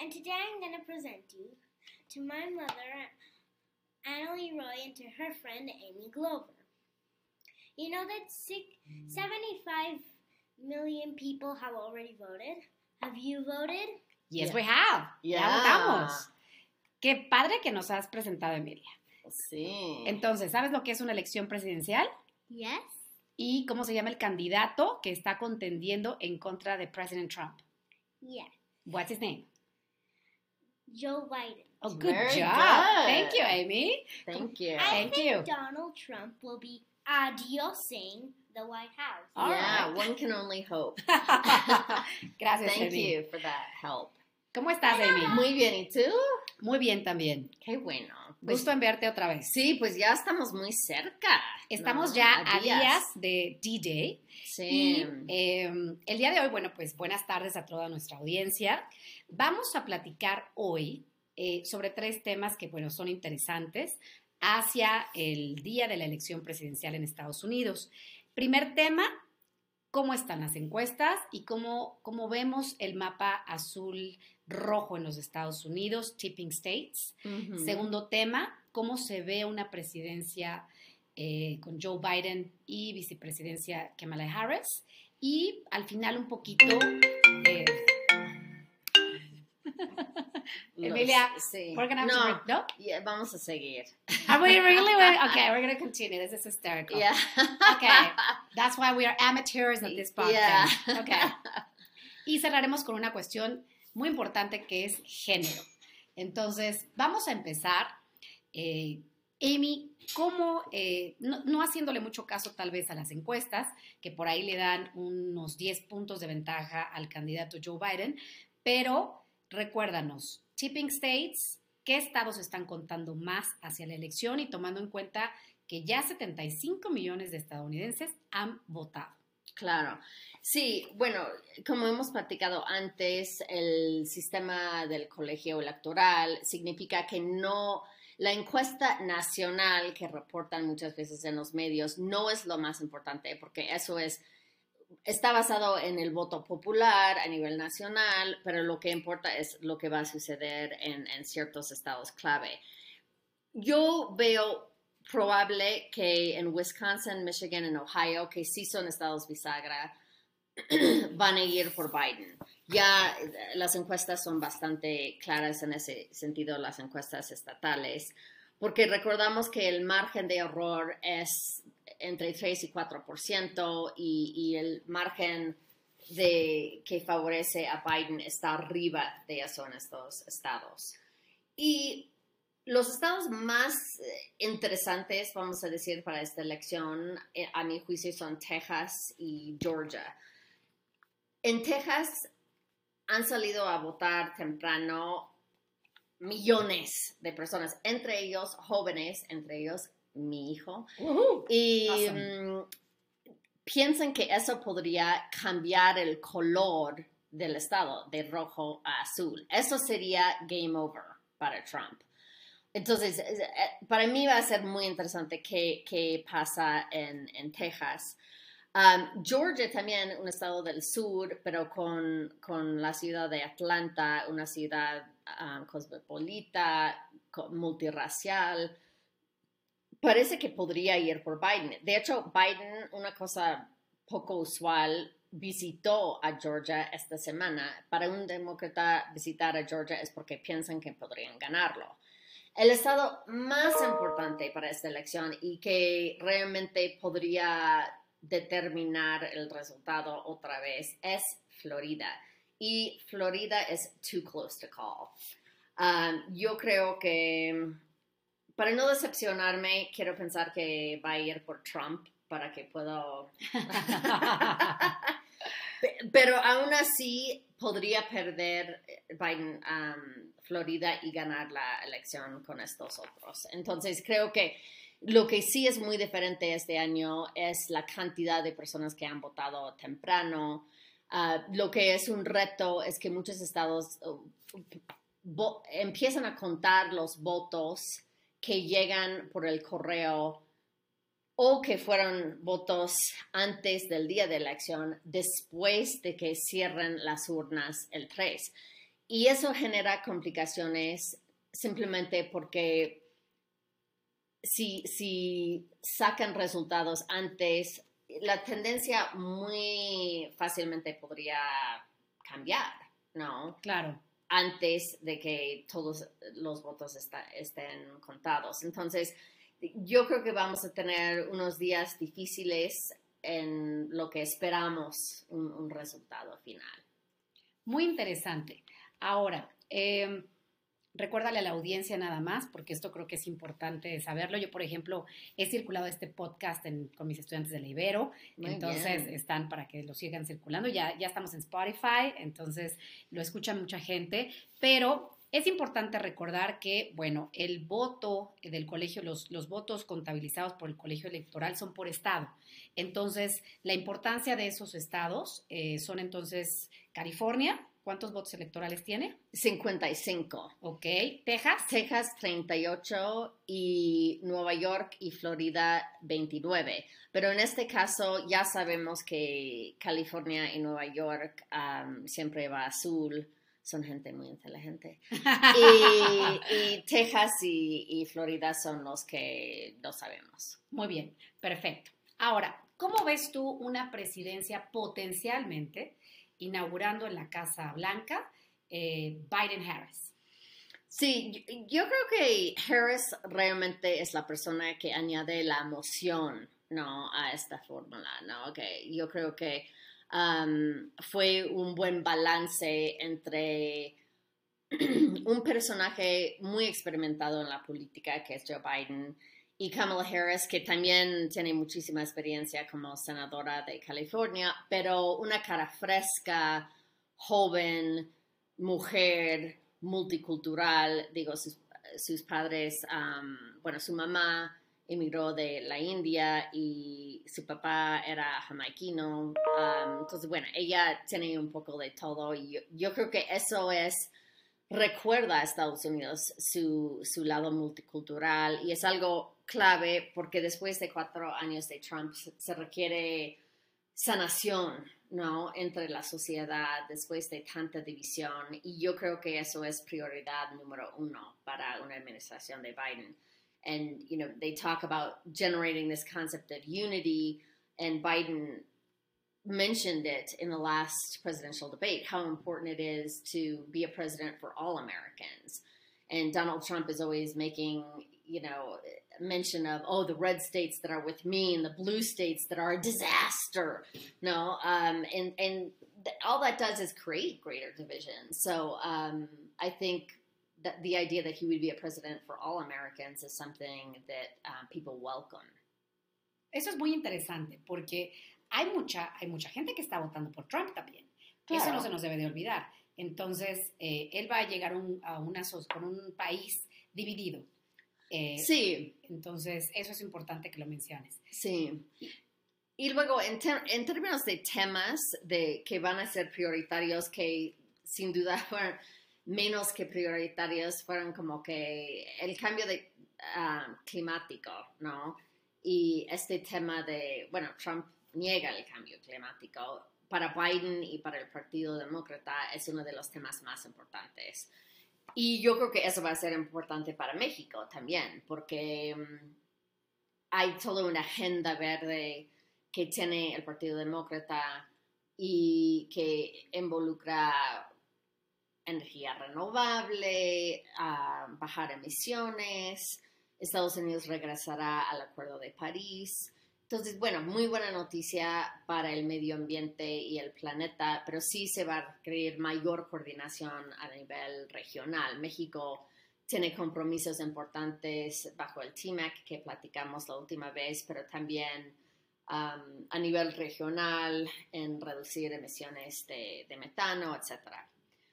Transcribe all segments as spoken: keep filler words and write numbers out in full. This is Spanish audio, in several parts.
and today I'm going to present you to my mother, Annalie Roy, and to her friend, Amy Glover. You know that six, seventy-five million people have already voted? Have you voted? Yes, Yeah. we have. Yeah. Ya votamos. Qué padre que nos has presentado, Emilia. Sí. Entonces, ¿sabes lo que es una elección presidencial? Yes. ¿Y cómo se llama el candidato que está contendiendo en contra de President Trump? Yes. What's his name? Joe Biden. Oh, good Very job. good. Thank you, Amy. Thank you. I Thank think you. Donald Trump will be adiosing the White House. All yeah, right. one can only hope. Gracias, Thank Amy. you for that help. ¿Cómo estás, Amy? Muy bien, ¿y tú? Muy bien también. Qué bueno. Pues, Gusto en verte otra vez. sí, pues ya estamos muy cerca. Estamos ¿no? ya a días de D-Day. Sí. Y eh, el día de hoy, bueno, pues buenas tardes a toda nuestra audiencia. Vamos a platicar hoy eh, sobre tres temas que, bueno, son interesantes hacia el día de la elección presidencial en Estados Unidos. Primer tema, cómo están las encuestas y cómo, cómo vemos el mapa azul-rojo en los Estados Unidos, tipping states. Ujú. Segundo tema, cómo se ve una presidencia eh, con Joe Biden y vicepresidencia Kamala Harris. Y al final un poquito... eh, Los- Emilia, sí. we're gonna have to no, break- no? yeah, vamos a seguir. Are we really? Okay, we're going to continue. This is hysterical. Yeah. Okay, that's why we are amateurs at this podcast. Yeah. Okay. Y cerraremos con una cuestión muy importante que es género. Entonces, vamos a empezar. Eh, Amy, ¿cómo, eh, no, no haciéndole mucho caso tal vez a las encuestas, que por ahí le dan unos diez puntos de ventaja al candidato Joe Biden, pero recuérdanos, tipping states, ¿qué estados están contando más hacia la elección y tomando en cuenta que ya setenta y cinco millones de estadounidenses han votado? Claro. Sí, bueno, como hemos platicado antes, el sistema del colegio electoral significa que no, la encuesta nacional que reportan muchas veces en los medios no es lo más importante, porque eso es, está basado en el voto popular a nivel nacional, pero lo que importa es lo que va a suceder en, en ciertos estados clave. Yo veo probable que en Wisconsin, Michigan, en Ohio, que sí son estados bisagra, van a ir por Biden. Ya las encuestas son bastante claras en ese sentido, las encuestas estatales, porque recordamos que el margen de error es entre tres y cuatro por ciento y, y el margen de, que favorece a Biden está arriba de eso en estos estados. Y los estados más interesantes, vamos a decir, para esta elección, a mi juicio, son Texas y Georgia. En Texas han salido a votar temprano millones de personas, entre ellos jóvenes, entre ellos mi hijo. Uh-huh. Y Awesome. um, piensan que eso podría cambiar el color del estado, de rojo a azul. Eso sería game over para Trump. Entonces, para mí va a ser muy interesante qué, qué pasa en, en Texas. Um, Georgia también, un estado del sur, pero con, con la ciudad de Atlanta, una ciudad um, cosmopolita, multirracial. Parece que podría ir por Biden. De hecho, Biden, una cosa poco usual, visitó a Georgia esta semana. Para un demócrata visitar a Georgia es porque piensan que podrían ganarlo. El estado más importante para esta elección y que realmente podría determinar el resultado otra vez es Florida. Y Florida es too close to call. Um, yo creo que, para no decepcionarme, quiero pensar que va a ir por Trump para que pueda... Pero aún así podría perder Biden um, Florida y ganar la elección con estos otros. Entonces creo que lo que sí es muy diferente este año es la cantidad de personas que han votado temprano. Uh, lo que es un reto es que muchos estados uh, vo- empiezan a contar los votos que llegan por el correo o que fueron votos antes del día de elección, después de que cierren las urnas el tres. y eso genera complicaciones simplemente porque si, si sacan resultados antes, la tendencia muy fácilmente podría cambiar, ¿no? Claro. Antes de que todos los votos está, estén contados. Entonces, yo creo que vamos a tener unos días difíciles en lo que esperamos un, un resultado final. Muy interesante. Ahora, eh, recuérdale a la audiencia nada más, porque esto creo que es importante saberlo. Yo, por ejemplo, he circulado este podcast en, con mis estudiantes de la Ibero, Muy entonces bien. están para que lo sigan circulando. Ya, ya estamos en Spotify, entonces lo escucha mucha gente, pero es importante recordar que, bueno, el voto del colegio, los, los votos contabilizados por el colegio electoral son por estado. Entonces, la importancia de esos estados eh, son entonces California. ¿Cuántos votos electorales tiene? cincuenta y cinco. Ok. ¿Texas? Texas treinta y ocho y Nueva York y Florida veintinueve. Pero en este caso ya sabemos que California y Nueva York um, siempre va azul. Son gente muy inteligente. Y, y Texas y, y Florida son los que no sabemos. Muy bien, perfecto. Ahora, ¿cómo ves tú una presidencia potencialmente inaugurando en la Casa Blanca eh, Biden-Harris? Sí, yo, yo creo que Harris realmente es la persona que añade la emoción, ¿no? A esta fórmula, ¿no? Que yo creo que um, fue un buen balance entre un personaje muy experimentado en la política, que es Joe Biden, y Kamala Harris, que también tiene muchísima experiencia como senadora de California, pero una cara fresca, joven, mujer, multicultural. Digo, sus, sus padres, um, bueno, su mamá emigró de la India y su papá era jamaiquino. Um, entonces, bueno, ella tiene un poco de todo y yo, yo creo que eso es... recuerda a Estados Unidos su, su lado multicultural y es algo clave porque después de cuatro años de Trump se requiere sanación, ¿no? Entre la sociedad después de tanta división y yo creo que eso es prioridad número uno para una administración de Biden. And, you know, they talk about generating this concept of unity, and Biden mentioned it in the last presidential debate, how important it is to be a president for all Americans. And Donald Trump is always making, you know, mention of, oh, the red states that are with me and the blue states that are a disaster. No, um, and, and th- all that does is create greater division. So um, I think that the idea that he would be a president for all Americans is something that um, people welcome. Eso es muy interesante porque hay mucha, hay mucha gente que está votando por Trump también. Claro. Eso no se nos debe de olvidar. Entonces, eh, él va a llegar un, a una, con un país dividido. Eh, sí. Entonces, eso es importante que lo menciones. Sí. Y luego, en, ter en términos de temas de, que van a ser prioritarios, que sin duda fueron menos que prioritarios, fueron como que el cambio de, uh, climático, ¿no? Y este tema de, bueno, Trump niega el cambio climático. Para Biden y para el Partido Demócrata es uno de los temas más importantes. Y yo creo que eso va a ser importante para México también, porque um, hay toda una agenda verde que tiene el Partido Demócrata y que involucra energía renovable, uh, bajar emisiones. Estados Unidos regresará al Acuerdo de París. Entonces, bueno, muy buena noticia para el medio ambiente y el planeta, pero sí se va a requerir mayor coordinación a nivel regional. México tiene compromisos importantes bajo el T M A C que platicamos la última vez, pero también um, a nivel regional en reducir emisiones de, de metano, etcétera.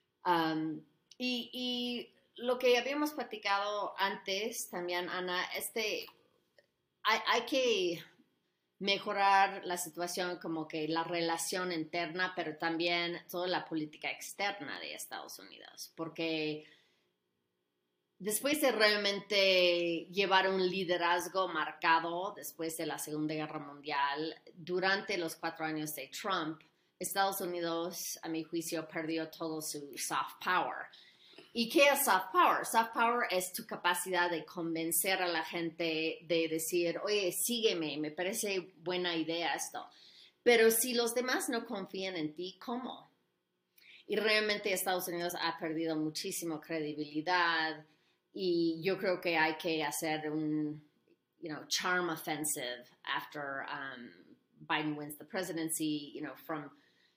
Um, y, y lo que habíamos platicado antes también, Ana, este, hay, hay que mejorar la situación como que la relación interna, pero también toda la política externa de Estados Unidos, porque después de realmente llevar un liderazgo marcado después de la Segunda Guerra Mundial, durante los cuatro años de Trump, Estados Unidos, a mi juicio, perdió todo su soft power. ¿Y qué es soft power? Soft power es tu capacidad de convencer a la gente de decir, oye, sígueme, me parece buena idea esto. Pero si los demás no confían en ti, ¿cómo? Y realmente Estados Unidos ha perdido muchísimo credibilidad y yo creo que hay que hacer un, you know, charm offensive after um, Biden wins the presidency, you know, from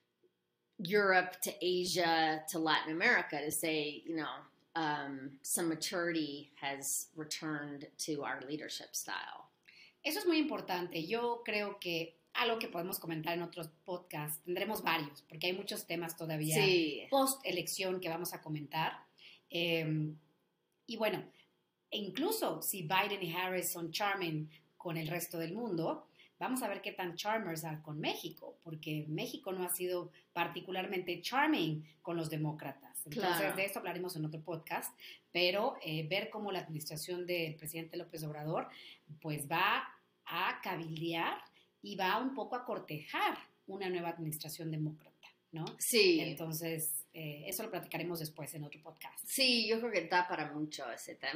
Europe to Asia to Latin America to say, you know, um, some maturity has returned to our leadership style. Eso es muy importante. Yo creo que algo que podemos comentar en otros podcasts, tendremos varios, porque hay muchos temas todavía sí. post-elección que vamos a comentar. Eh, y bueno, incluso si Biden y Harris son charming con el resto del mundo, vamos a ver qué tan charmers are con México, porque México no ha sido particularmente charming con los demócratas. Entonces, claro. de esto hablaremos en otro podcast, pero eh, ver cómo la administración del presidente López Obrador pues va a cabildear y va un poco a cortejar una nueva administración demócrata, ¿no? Sí. Entonces, eh, eso lo platicaremos después en otro podcast. Sí, yo creo que da para mucho ese tema.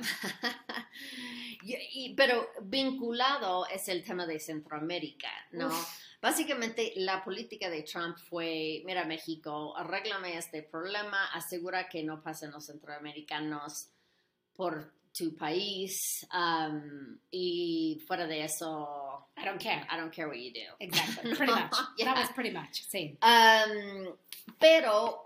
y, y, pero vinculado es el tema de Centroamérica, ¿no? Uf. Básicamente, la política de Trump fue, mira, México, arréglame este problema, asegura que no pasen los centroamericanos por tu país, um, y fuera de eso... I don't care. I don't care what you do. Exactly, pretty much. yeah. That was pretty much, sí. Um, pero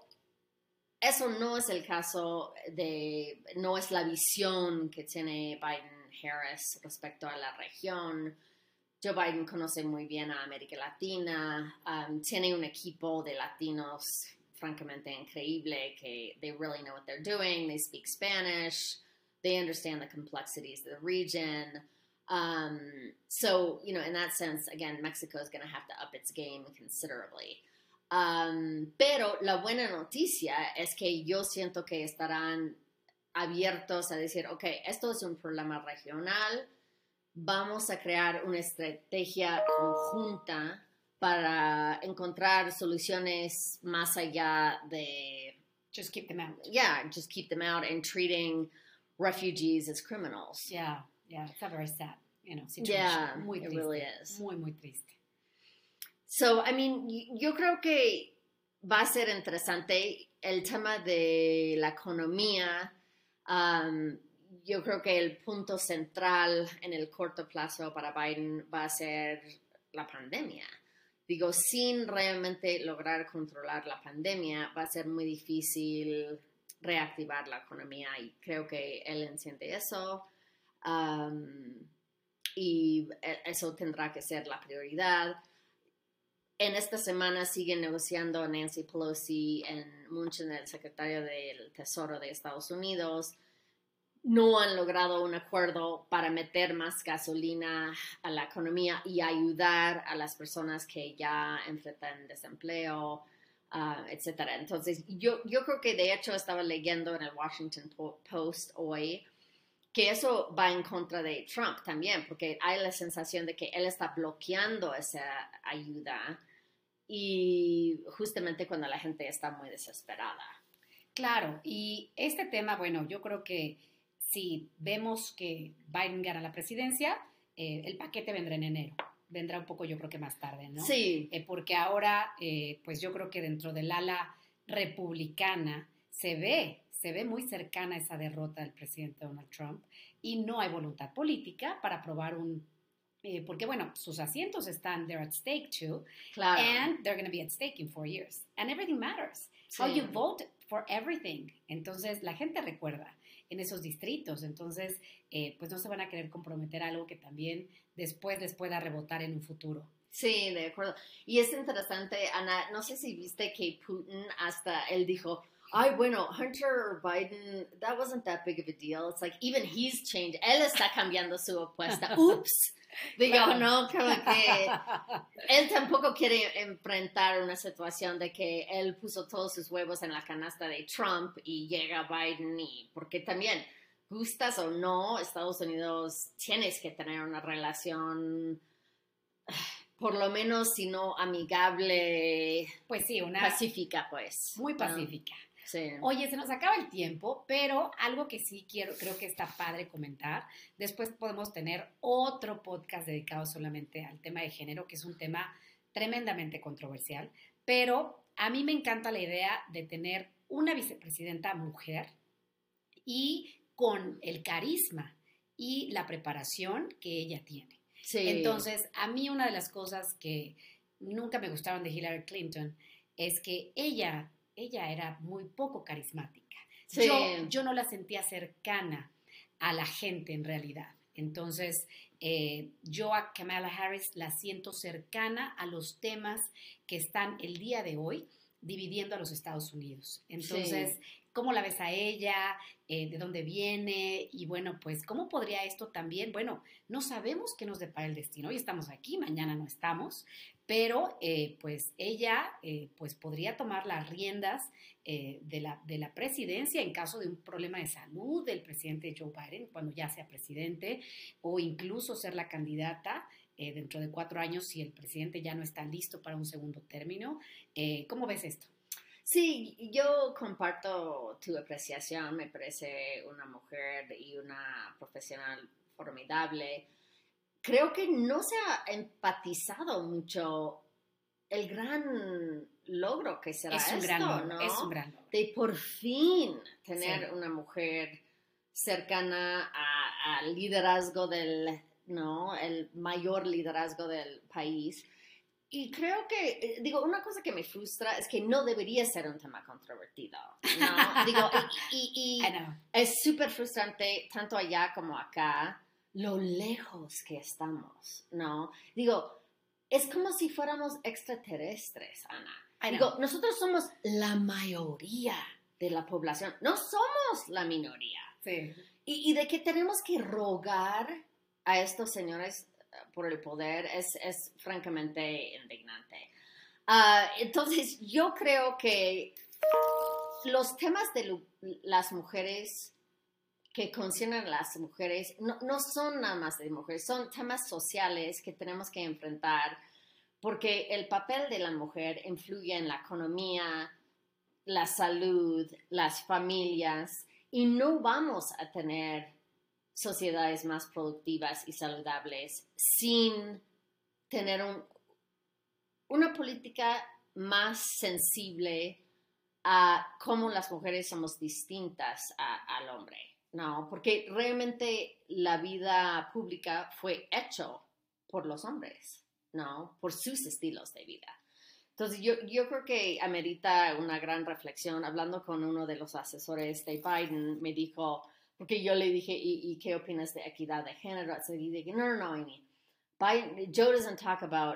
eso no es el caso de, no es la visión que tiene Biden-Harris respecto a la región. Joe Biden conoce muy bien a América Latina, um, tiene un equipo de latinos francamente increíble que they really know what they're doing, they speak Spanish, they understand the complexities of the region. Um, so, you know, in that sense, again, Mexico is going to have to up its game considerably. Um, pero la buena noticia es que yo siento que estarán abiertos a decir, ok, esto es un problema regional, vamos a crear una estrategia conjunta para encontrar soluciones más allá de... Just keep them out. Yeah, just keep them out and treating refugees as criminals. Yeah. Yeah, it's a very sad, you know, situation. Yeah, muy it triste, really is. Muy, muy triste. So, I mean, yo creo que va a ser interesante el tema de la economía. Um, yo creo que el punto central en el corto plazo para Biden va a ser la pandemia. Digo, sin realmente lograr controlar la pandemia, va a ser muy difícil reactivar la economía y creo que él entiende eso. Um, y eso tendrá que ser la prioridad. En esta semana siguen negociando Nancy Pelosi en Mnuchin, el secretario del Tesoro de Estados Unidos. No han logrado un acuerdo para meter más gasolina a la economía y ayudar a las personas que ya enfrentan desempleo, uh, etcétera. Entonces, yo, yo creo que de hecho estaba leyendo en el Washington Post hoy que eso va en contra de Trump también, porque hay la sensación de que él está bloqueando esa ayuda y justamente cuando la gente está muy desesperada. Claro, y este tema, bueno, yo creo que si vemos que Biden gana la presidencia, eh, el paquete vendrá en enero. Vendrá un poco, yo creo que más tarde, ¿no? Sí. Eh, porque ahora, eh, pues yo creo que dentro del ala republicana se ve Se ve muy cercana esa derrota del presidente Donald Trump y no hay voluntad política para aprobar un... Eh, porque, bueno, sus asientos están, they're at stake too. Claro. And they're going to be at stake in four years. And everything matters. Sí. How you vote for everything. Entonces, la gente recuerda en esos distritos. Entonces, eh, pues no se van a querer comprometer a algo que también después les pueda rebotar en un futuro. Sí, de acuerdo. Y es interesante, Ana, no sé si viste que Putin hasta, él dijo... Ay, bueno, Hunter Biden, that wasn't that big of a deal. It's like, even he's changed. Él está cambiando su apuesta. Ups. Digo, claro. No, como que él tampoco quiere enfrentar una situación de que él puso todos sus huevos en la canasta de Trump y llega Biden y, porque también, gustas o no, Estados Unidos tienes que tener una relación por lo menos, si no amigable, pues sí, una pacífica, pues. muy pacífica. Um, sí. Oye, se nos acaba el tiempo, pero algo que sí quiero, creo que está padre comentar. Después podemos tener otro podcast dedicado solamente al tema de género, que es un tema tremendamente controversial, pero a mí me encanta la idea de tener una vicepresidenta mujer y con el carisma y la preparación que ella tiene. Sí. Entonces, a mí una de las cosas que nunca me gustaron de Hillary Clinton es que ella, ella era muy poco carismática. Sí. Yo, yo no la sentía cercana a la gente en realidad. Entonces, eh, yo a Kamala Harris la siento cercana a los temas que están el día de hoy dividiendo a los Estados Unidos. Entonces, sí. ¿Cómo la ves a ella? Eh, ¿De dónde viene? Y bueno, pues, ¿cómo podría esto también? Bueno, no sabemos qué nos depara el destino. Hoy estamos aquí, mañana no estamos, pero eh, pues ella eh, pues podría tomar las riendas eh, de, la, de la presidencia en caso de un problema de salud del presidente Joe Biden, cuando ya sea presidente, o incluso ser la candidata eh, dentro de cuatro años si el presidente ya no está listo para un segundo término. Eh, ¿Cómo ves esto? Sí, yo comparto tu apreciación, me parece una mujer y una profesional formidable. Creo que no se ha empatizado mucho el gran logro que será es un esto, gran logro, ¿no? Es un gran logro. De por fin tener sí. una mujer cercana al liderazgo del, ¿no? El mayor liderazgo del país. Y creo que, digo, una cosa que me frustra es que no debería ser un tema controvertido, ¿no? Digo, y, y, y es súper frustrante, tanto allá como acá, lo lejos que estamos, ¿no? Digo, es como si fuéramos extraterrestres, Ana. Digo, nosotros somos la mayoría de la población, no somos la minoría. Sí. Y, y de que tenemos que rogar a estos señores por el poder es, es francamente indignante. Uh, entonces, yo creo que los temas de lo, las mujeres que conciernen a las mujeres no, no son nada más de mujeres, son temas sociales que tenemos que enfrentar porque el papel de la mujer influye en la economía, la salud, las familias y no vamos a tener sociedades más productivas y saludables sin tener un, una política más sensible a cómo las mujeres somos distintas a, al hombre, ¿no? Porque realmente la vida pública fue hecho por los hombres, ¿no? Por sus estilos de vida. Entonces, yo, yo creo que amerita una gran reflexión. Hablando con uno de los asesores de Biden, me dijo... Porque yo le dije, ¿y, y qué opinas de equidad de género? So y dije, no, no, no, Amy. Biden, Joe doesn't talk about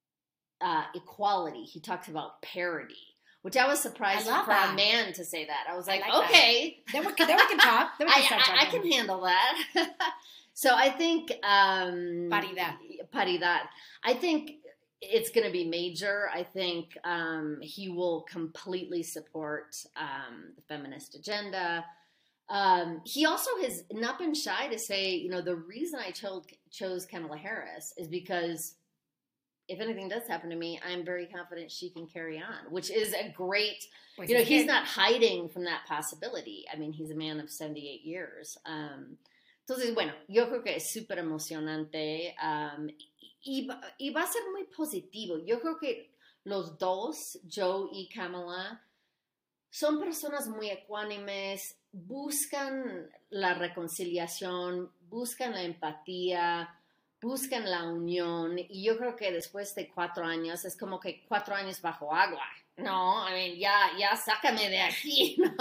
uh, equality. He talks about parity, which I was surprised for that. a man to say that. I was like, I like okay. Then we, then we can talk. Then we can I, I, I can handle that. So I think... Um, paridad. Paridad. I think it's going to be major. I think um, he will completely support um, the feminist agenda. Um, he also has not been shy to say, you know, the reason I chose, chose Kamala Harris is because if anything does happen to me, I'm very confident she can carry on, which is a great, pues you know, he's not hiding from that possibility. I mean, he's a man of seventy-eight years. Um, entonces, bueno, yo creo que es súper emocionante um, y, y va a ser muy positivo. Yo creo que los dos, Joe y Kamala, son personas muy ecuánimes, buscan la reconciliación, buscan la empatía, buscan la unión, y yo creo que después de cuatro años, es como que cuatro años bajo agua, ¿no? I mean, ya, ya sácame de aquí, ¿no?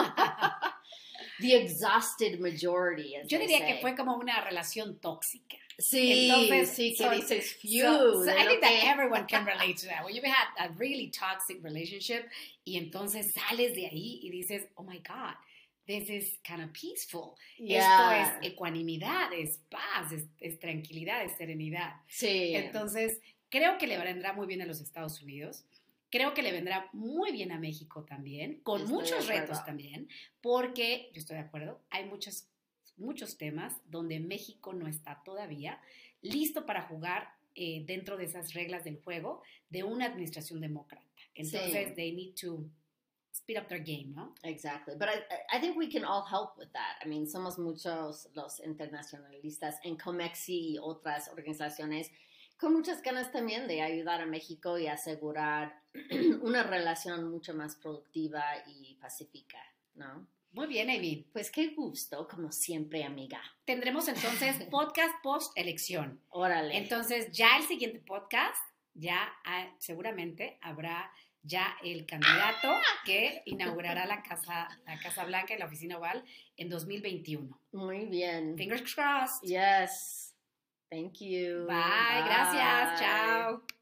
The exhausted majority, as Yo diría say. que fue como una relación tóxica. Sí, Entonces, sí, que so, dices, phew. So, so I think que... that everyone can relate to that. When you've had a really toxic relationship y entonces sales de ahí y dices, oh my God, this is kind of peaceful. Yeah. Esto es ecuanimidad, es paz, es, es tranquilidad, es serenidad. Sí. Entonces, creo que le vendrá muy bien a los Estados Unidos. Creo que le vendrá muy bien a México también, con Estoy muchos retos también, porque, yo estoy de acuerdo, hay muchos, muchos temas donde México no está todavía listo para jugar eh, dentro de esas reglas del juego de una administración demócrata. Entonces, Sí. they need to speed up their game, ¿no? Exactly. But I, I think we can all help with that. I mean, somos muchos los internacionalistas en COMEXI y otras organizaciones con muchas ganas también de ayudar a México y asegurar una relación mucho más productiva y pacífica, ¿no? Muy bien, Amy. Pues qué gusto, como siempre, amiga. Tendremos entonces podcast post-elección. Órale. Entonces, ya el siguiente podcast, ya ah, seguramente habrá ya el candidato que inaugurará la Casa, la Casa Blanca y la Oficina Oval en dos mil veintiuno. Muy bien. Fingers crossed. Yes. Thank you. Bye, gracias. Chao.